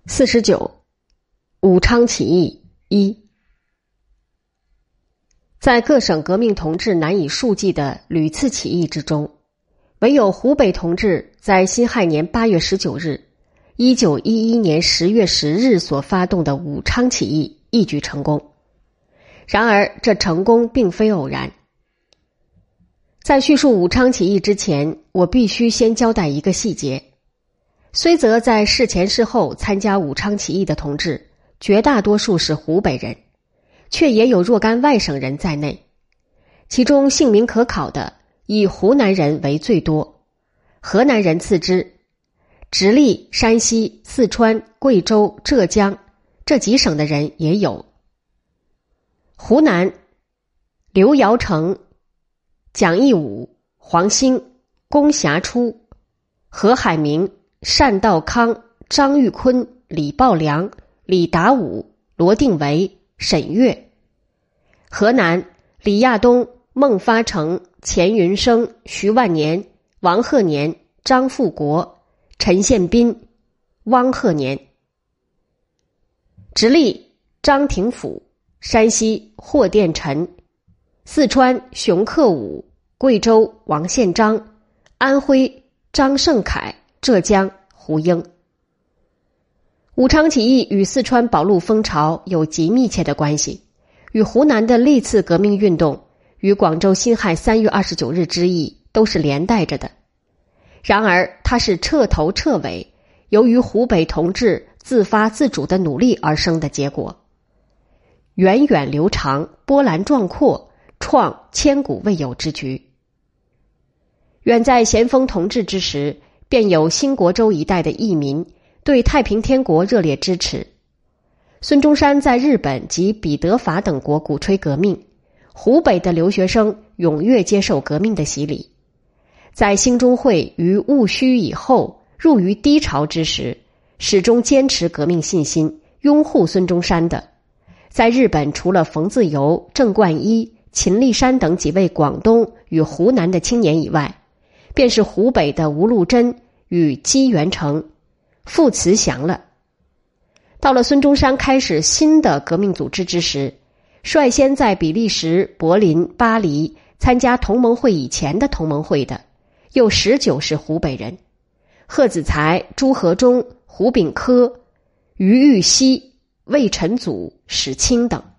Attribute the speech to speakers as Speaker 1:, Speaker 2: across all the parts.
Speaker 1: 49武昌起义一。在各省革命同志难以数计的屡次起义之中，唯有湖北同志在辛亥年8月19日、1911年10月10日所发动的武昌起义一举成功。然而这成功并非偶然。在叙述武昌起义之前，我必须先交代一个细节。虽则在事前事后参加武昌起义的同志绝大多数是湖北人，却也有若干外省人在内，其中姓名可考的以湖南人为最多，河南人次之，直隶、山西、四川、贵州、浙江这几省的人也有。湖南刘尧成、蒋义武、黄兴、龚霞初、何海明、单道康、张玉坤、李抱良、李达武、罗定维、沈月。河南李亚东、孟发成、钱云生、徐万年、王鹤年、张富国、陈宪斌、汪鹤年。直隶张廷甫、山西霍殿臣、四川熊克武、贵州王献章、安徽张盛凯、浙江胡英。武昌起义与四川保路风潮有极密切的关系，与湖南的历次革命运动与广州辛亥3月29日之役都是连带着的。然而它是彻头彻尾由于湖北同志自发自主的努力而生的结果，源远流长，波澜壮阔，创千古未有之局。远在咸丰同治之时，便有新国州一带的义民对太平天国热烈支持。孙中山在日本及彼得法等国鼓吹革命，湖北的留学生踊跃接受革命的洗礼。在兴中会于戊戌以后入于低潮之时，始终坚持革命信心，拥护孙中山的，在日本除了冯自由、郑冠一、秦立山等几位广东与湖南的青年以外，便是湖北的吴禄贞与姬元成、傅慈祥了。到了孙中山开始新的革命组织之时，率先在比利时、柏林、巴黎参加同盟会以前的同盟会的，又19是湖北人，贺子才、朱和忠、胡炳科、于玉溪、魏晨祖、史清等。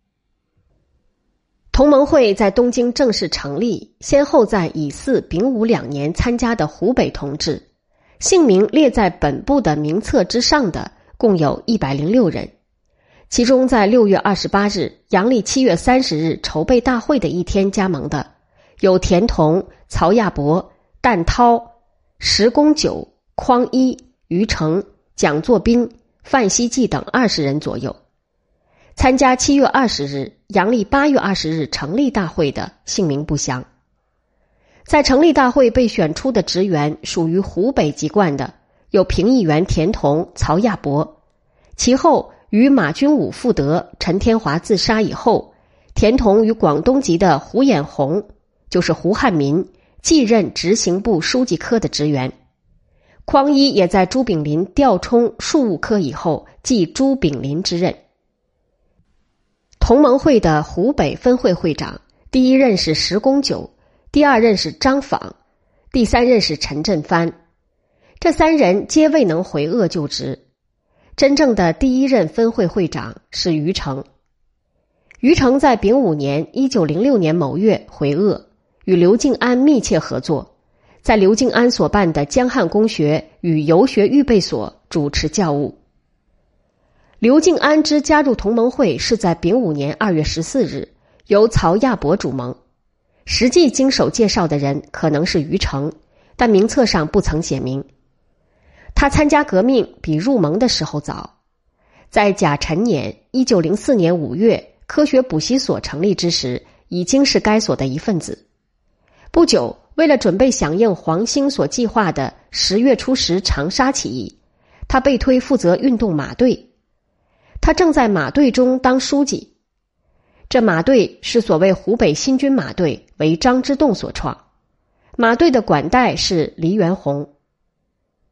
Speaker 1: 同盟会在东京正式成立，先后在乙巳、丙午2年参加的湖北同志，姓名列在本部的名册之上的共有106人，其中在6月28日阳历7月30日筹备大会的一天加盟的有田同、曹亚伯、旦涛、石公九、匡一、于成、蒋作斌、范希季等20人左右。参加7月20日阳历8月20日成立大会的姓名不详。在成立大会被选出的职员属于湖北籍贯的有评议员田同、曹亚伯。其后与马君武复德、陈天华自杀以后，田同与广东籍的胡衍红，就是胡汉民，继任执行部书记科的职员。匡一也在朱炳林调充庶务科以后继朱炳林之任。同盟会的湖北分会会长，第一任是石公九，第二任是张访，第三任是陈振藩。这3人皆未能回鄂就职。真正的第一任分会会长是于成。于成在丙午年1906年某月回鄂，与刘敬安密切合作，在刘敬安所办的江汉公学与游学预备所主持教务。刘敬安之加入同盟会是在丙午年2月14日，由曹亚伯主盟，实际经手介绍的人可能是于成，但名册上不曾写明。他参加革命比入盟的时候早，在甲辰年1904年5月科学补习所成立之时，已经是该所的一份子。不久，为了准备响应黄兴所计划的10月初10长沙起义，他被推负责运动马队。他正在马队中当书记。这马队是所谓湖北新军马队，为张之洞所创。马队的管带是黎元洪。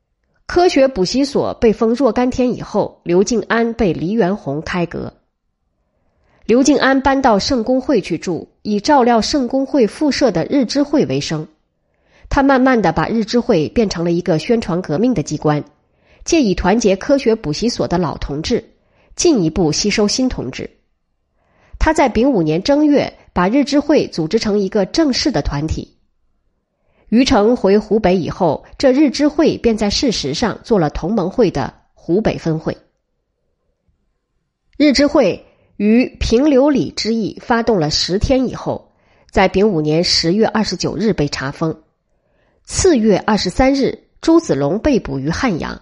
Speaker 1: 科学补习所被封若干天以后，刘敬安被黎元洪开革。刘敬安搬到圣公会去住，以照料圣公会附设的日知会为生。他慢慢地把日知会变成了一个宣传革命的机关，借以团结科学补习所的老同志，进一步吸收新同志。他在丙午年正月把日知会组织成一个正式的团体。余承回湖北以后，这日知会便在事实上做了同盟会的湖北分会。日知会于平流里之役发动了10天以后，在丙午年10月29日被查封。次月23日，朱子龙被捕于汉阳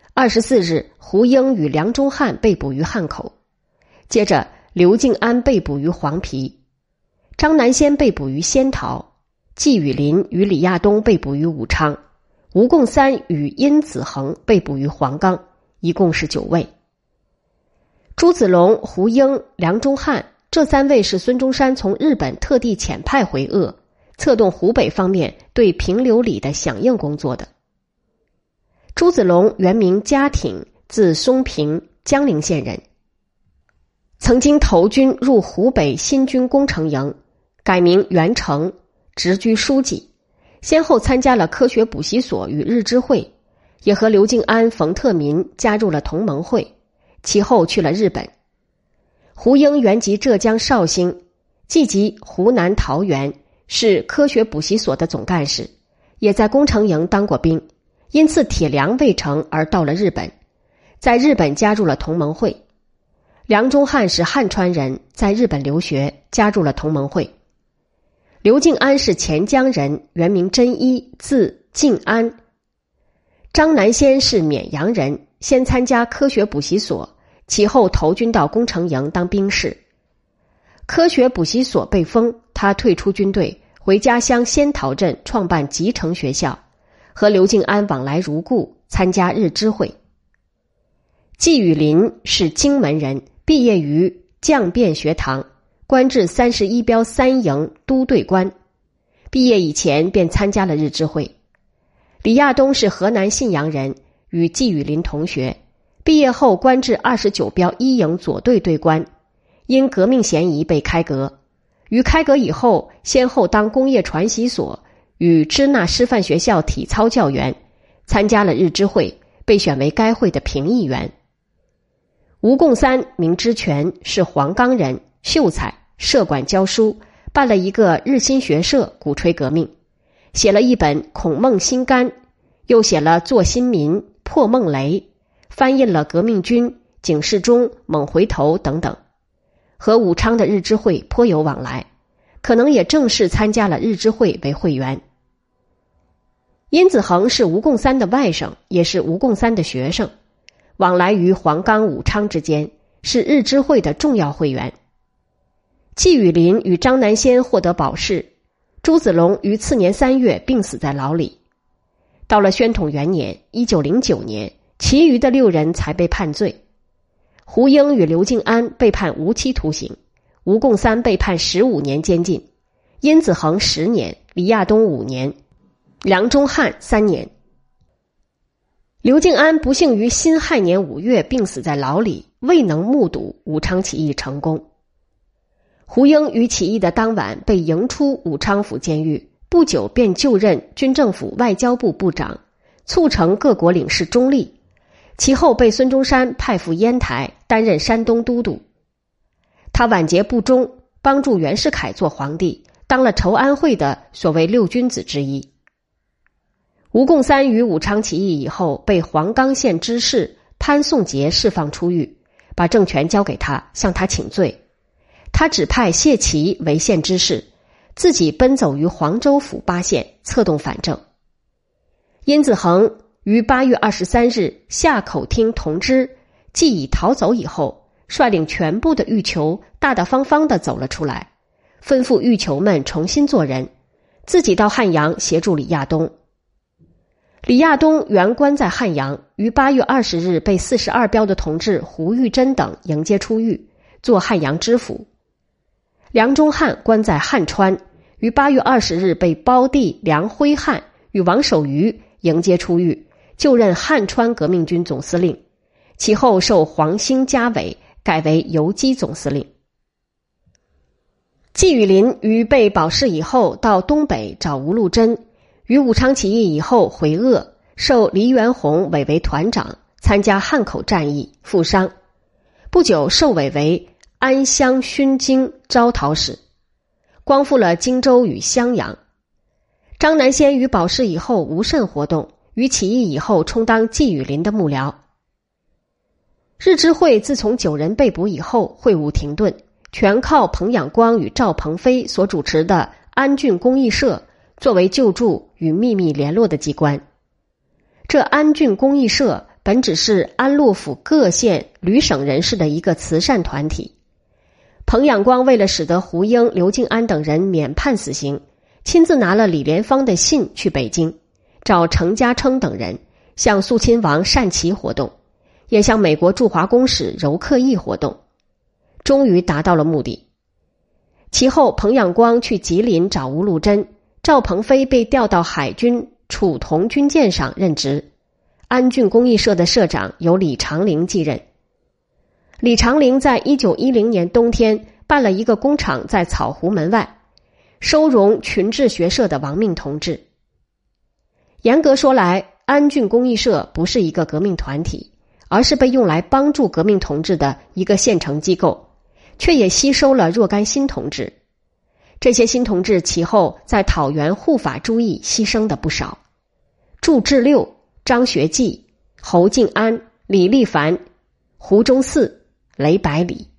Speaker 1: ；24日，胡英与梁中汉被捕于汉口。接着，刘敬安被捕于黄陂，张南先被捕于仙桃，季雨林与李亚东被捕于武昌，吴贡三与殷子恒被捕于黄冈，一共是9位。朱子龙、胡英、梁中汉这3位是孙中山从日本特地遣派回鄂，策动湖北方面对平流里的响应工作的。朱子龙原名家挺，字松平，江陵县人，曾经投军入湖北新军工程营，改名袁成，直居书记，先后参加了科学补习所与日知会，也和刘敬安、冯特民加入了同盟会，其后去了日本。胡英原籍浙江绍兴，既籍湖南桃源，是科学补习所的总干事，也在工程营当过兵，因此铁粮未成而到了日本，在日本加入了同盟会。梁中汉是汉川人，在日本留学，加入了同盟会。刘敬安是钱江人，原名真一，字敬安。张南先是绵阳人，先参加科学补习所，其后投军到工程营当兵士。科学补习所被封，他退出军队，回家乡仙桃镇创办集成学校，和刘敬安往来如故，参加日知会。季雨林是荆门人，毕业于将变学堂，官至31标3营都队官，毕业以前便参加了日知会。李亚东是河南信阳人，与季雨林同学，毕业后官至29标1营左队队官，因革命嫌疑被开革。于开革以后，先后当工业传习所与支那师范学校体操教员，参加了日知会，被选为该会的评议员。吴贡三名之权，是黄冈人，秀才，设馆教书，办了一个日新学社，鼓吹革命，写了一本《孔孟新干》，又写了《做新民》《破孟雷》，翻印了《革命军》《警示钟》《猛回头》等等，和武昌的日知会颇有往来，可能也正式参加了日知会为会员。殷子恒是吴贡三的外甥，也是吴贡三的学生，往来于黄冈、武昌之间，是日知会的重要会员。季雨林与张南先获得保释，朱子龙于次年3月病死在牢里。到了宣统元年1909年，其余的6人才被判罪。胡英与刘敬安被判无期徒刑，吴贡三被判15年监禁，殷子恒10年，李亚东5年，梁中汉3年。刘敬安不幸于辛亥年5月病死在牢里，未能目睹武昌起义成功。胡英于起义的当晚被迎出武昌府监狱，不久便就任军政府外交部部长，促成各国领事中立，其后被孙中山派赴烟台担任山东都督。他晚节不忠，帮助袁世凯做皇帝，当了筹安会的所谓6君子之一。吴贡三于武昌起义以后，被黄冈县知事潘颂杰释放出狱，把政权交给他，向他请罪。他指派谢奇为县知事，自己奔走于黄州府8县，策动反正。殷子恒于8月23日下口听同知，既已逃走以后，率领全部的狱囚大大方方地走了出来，吩咐狱囚们重新做人，自己到汉阳协助李亚东。李亚东原关在汉阳，于8月20日被42标的同志胡玉珍等迎接出狱，做汉阳知府。梁中汉关在汉川，于8月20日被胞弟梁辉汉与王守愚迎接出狱， 就任汉川革命军总司令，其后受黄兴加委，改为游击总司令。季雨林于被保释以后到东北找吴禄贞，于武昌起义以后回鄂，受黎元洪委为团长，参加汉口战役，负伤。不久受委为安乡勋京招讨使，光复了荆州与襄阳。张南先于保释以后无甚活动，于起义以后充当季雨林的幕僚。日之会自从9人被捕以后，会务停顿，全靠彭养光与赵鹏飞所主持的安郡公益社作为救助与秘密联络的机关。这安郡公益社本只是安陆府各县旅省人士的一个慈善团体。彭养光为了使得胡英、刘敬安等人免判死刑，亲自拿了李莲芳的信去北京，找程家称等人向肃亲王单琦活动，也向美国驻华公使柔克义活动，终于达到了目的。其后彭养光去吉林找吴禄贞，赵鹏飞被调到海军楚同军舰上任职，安郡公益社的社长由李长龄继任。李长龄在1910年冬天办了一个工厂在草湖门外，收容群治学社的亡命同志。严格说来，安郡公益社不是一个革命团体，而是被用来帮助革命同志的一个县城机构，却也吸收了若干新同志。这些新同志其后在讨袁护法诸役牺牲的不少，祝志六、张学济、侯敬安、李立凡、胡忠嗣、雷百里。